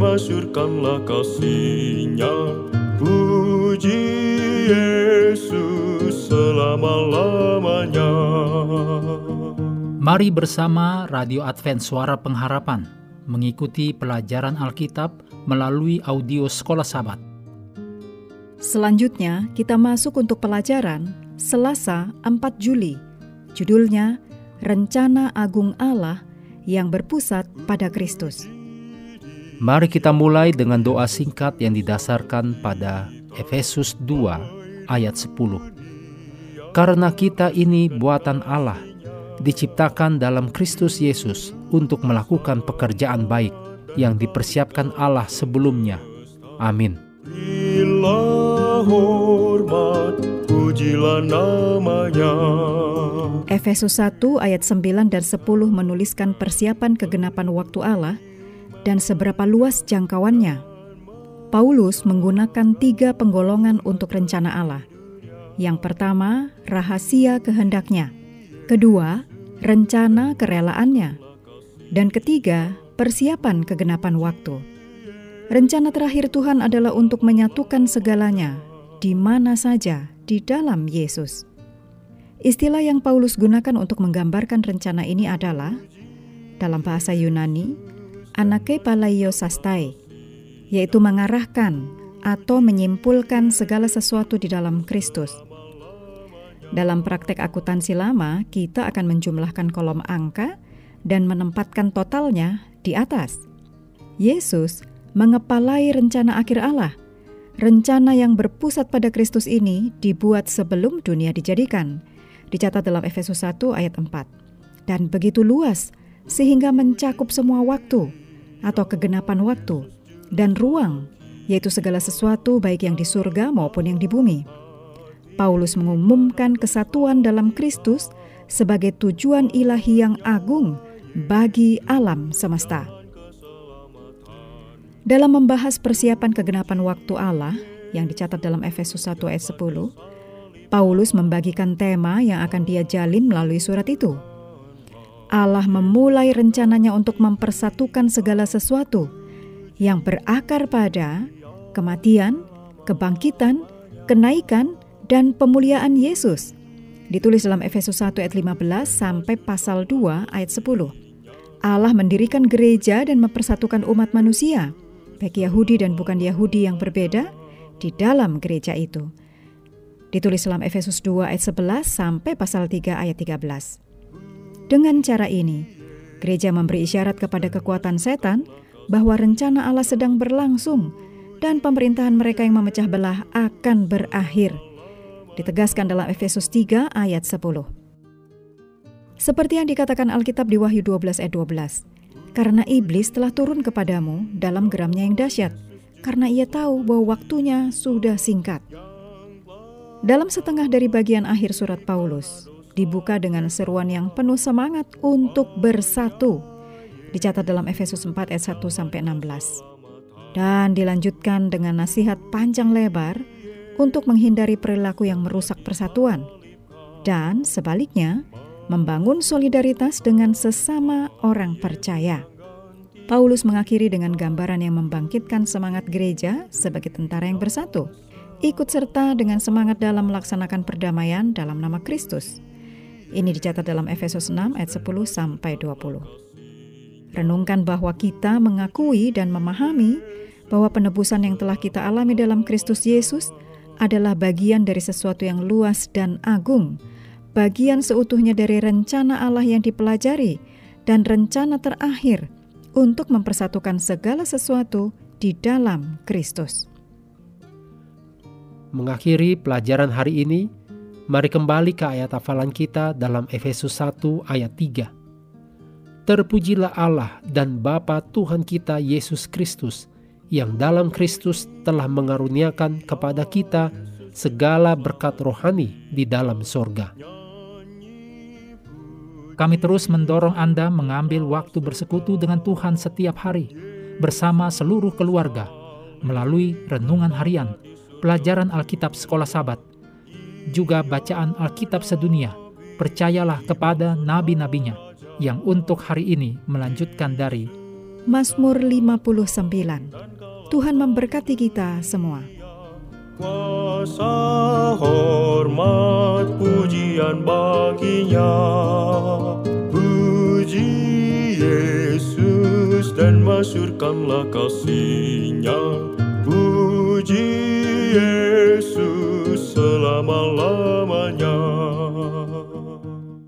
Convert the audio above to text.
masyurkanlah kasih-Nya. Puji Yesus selama-lamanya. Mari bersama Radio Advent Suara Pengharapan mengikuti pelajaran Alkitab melalui audio Sekolah Sabat. Selanjutnya kita masuk untuk pelajaran Selasa 4 Juli. Judulnya Rencana Agung Allah yang berpusat pada Kristus. Mari kita mulai dengan doa singkat yang didasarkan pada Efesus 2 ayat 10. Karena kita ini buatan Allah, diciptakan dalam Kristus Yesus untuk melakukan pekerjaan baik yang dipersiapkan Allah sebelumnya. Amin. Berilah hormat, pujilah namanya. Efesus 1 ayat 9 dan 10 menuliskan persiapan kegenapan waktu Allah dan seberapa luas jangkauannya. Paulus menggunakan 3 penggolongan untuk rencana Allah. Yang pertama, rahasia kehendaknya. Kedua, rencana kerelaannya. Dan ketiga, persiapan kegenapan waktu. Rencana terakhir Tuhan adalah untuk menyatukan segalanya, di mana saja, di dalam Yesus. Istilah yang Paulus gunakan untuk menggambarkan rencana ini adalah, dalam bahasa Yunani, anakepalaiosastai, yaitu mengarahkan atau menyimpulkan segala sesuatu di dalam Kristus. Dalam praktek akuntansi lama, kita akan menjumlahkan kolom angka dan menempatkan totalnya di atas. Yesus mengepalai rencana akhir Allah. Rencana yang berpusat pada Kristus ini dibuat sebelum dunia dijadikan. Dicatat dalam Efesus 1 ayat 4. Dan begitu luas sehingga mencakup semua waktu atau kegenapan waktu dan ruang, yaitu segala sesuatu baik yang di surga maupun yang di bumi. Paulus mengumumkan kesatuan dalam Kristus sebagai tujuan ilahi yang agung bagi alam semesta. Dalam membahas persiapan kegenapan waktu Allah yang dicatat dalam Efesus 1 ayat 10, Paulus membagikan tema yang akan dia jalin melalui surat itu. Allah memulai rencananya untuk mempersatukan segala sesuatu yang berakar pada kematian, kebangkitan, kenaikan, dan pemuliaan Yesus. Ditulis dalam Efesus 1 ayat 15 sampai pasal 2 ayat 10. Allah mendirikan gereja dan mempersatukan umat manusia, baik Yahudi dan bukan Yahudi yang berbeda, di dalam gereja itu. Ditulis dalam Efesus 2 ayat 11 sampai pasal 3 ayat 13. Dengan cara ini, gereja memberi isyarat kepada kekuatan setan bahwa rencana Allah sedang berlangsung dan pemerintahan mereka yang memecah belah akan berakhir. Ditegaskan dalam Efesus 3 ayat 10. Seperti yang dikatakan Alkitab di Wahyu 12 ayat 12. Karena iblis telah turun kepadamu dalam geramnya yang dahsyat, karena ia tahu bahwa waktunya sudah singkat. Dalam setengah dari bagian akhir surat Paulus, dibuka dengan seruan yang penuh semangat untuk bersatu. Dicatat dalam Efesus 4 ayat 1 sampai 16. Dan dilanjutkan dengan nasihat panjang lebar untuk menghindari perilaku yang merusak persatuan, dan sebaliknya membangun solidaritas dengan sesama orang percaya. Paulus mengakhiri dengan gambaran yang membangkitkan semangat gereja sebagai tentara yang bersatu, ikut serta dengan semangat dalam melaksanakan perdamaian dalam nama Kristus. Ini dicatat dalam Efesus 6 ayat 10 sampai 20. Renungkan bahwa kita mengakui dan memahami bahwa penebusan yang telah kita alami dalam Kristus Yesus adalah bagian dari sesuatu yang luas dan agung, bagian seutuhnya dari rencana Allah yang dipelajari dan rencana terakhir untuk mempersatukan segala sesuatu di dalam Kristus. Mengakhiri pelajaran hari ini, mari kembali ke ayat hafalan kita dalam Efesus 1 ayat 3. Terpujilah Allah dan Bapa Tuhan kita Yesus Kristus, yang dalam Kristus telah mengaruniakan kepada kita segala berkat rohani di dalam sorga. Kami terus mendorong Anda mengambil waktu bersekutu dengan Tuhan setiap hari, bersama seluruh keluarga, melalui renungan harian, pelajaran Alkitab Sekolah Sabat, juga bacaan Alkitab sedunia. Percayalah kepada nabi-nabinya, yang untuk hari ini melanjutkan dari Mazmur 59. Tuhan memberkati kita semua. Kuasa, hormat, pujian baginya. Puji Yesus dan masyurkanlah kasih-Nya. Puji Yesus selama-lamanya.